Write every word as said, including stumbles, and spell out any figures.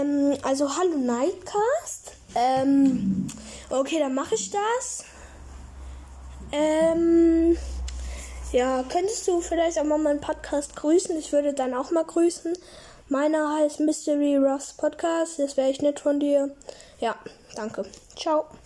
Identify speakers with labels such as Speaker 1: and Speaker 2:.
Speaker 1: Ähm, also hallo Nightcast. Ähm, okay, dann mache ich das. Ähm, ja, könntest du vielleicht auch mal meinen Podcast grüßen? Ich würde dann auch mal grüßen. Meiner heißt Mystery Ross Podcast. Das wäre echt nett von dir. Ja, danke. Ciao.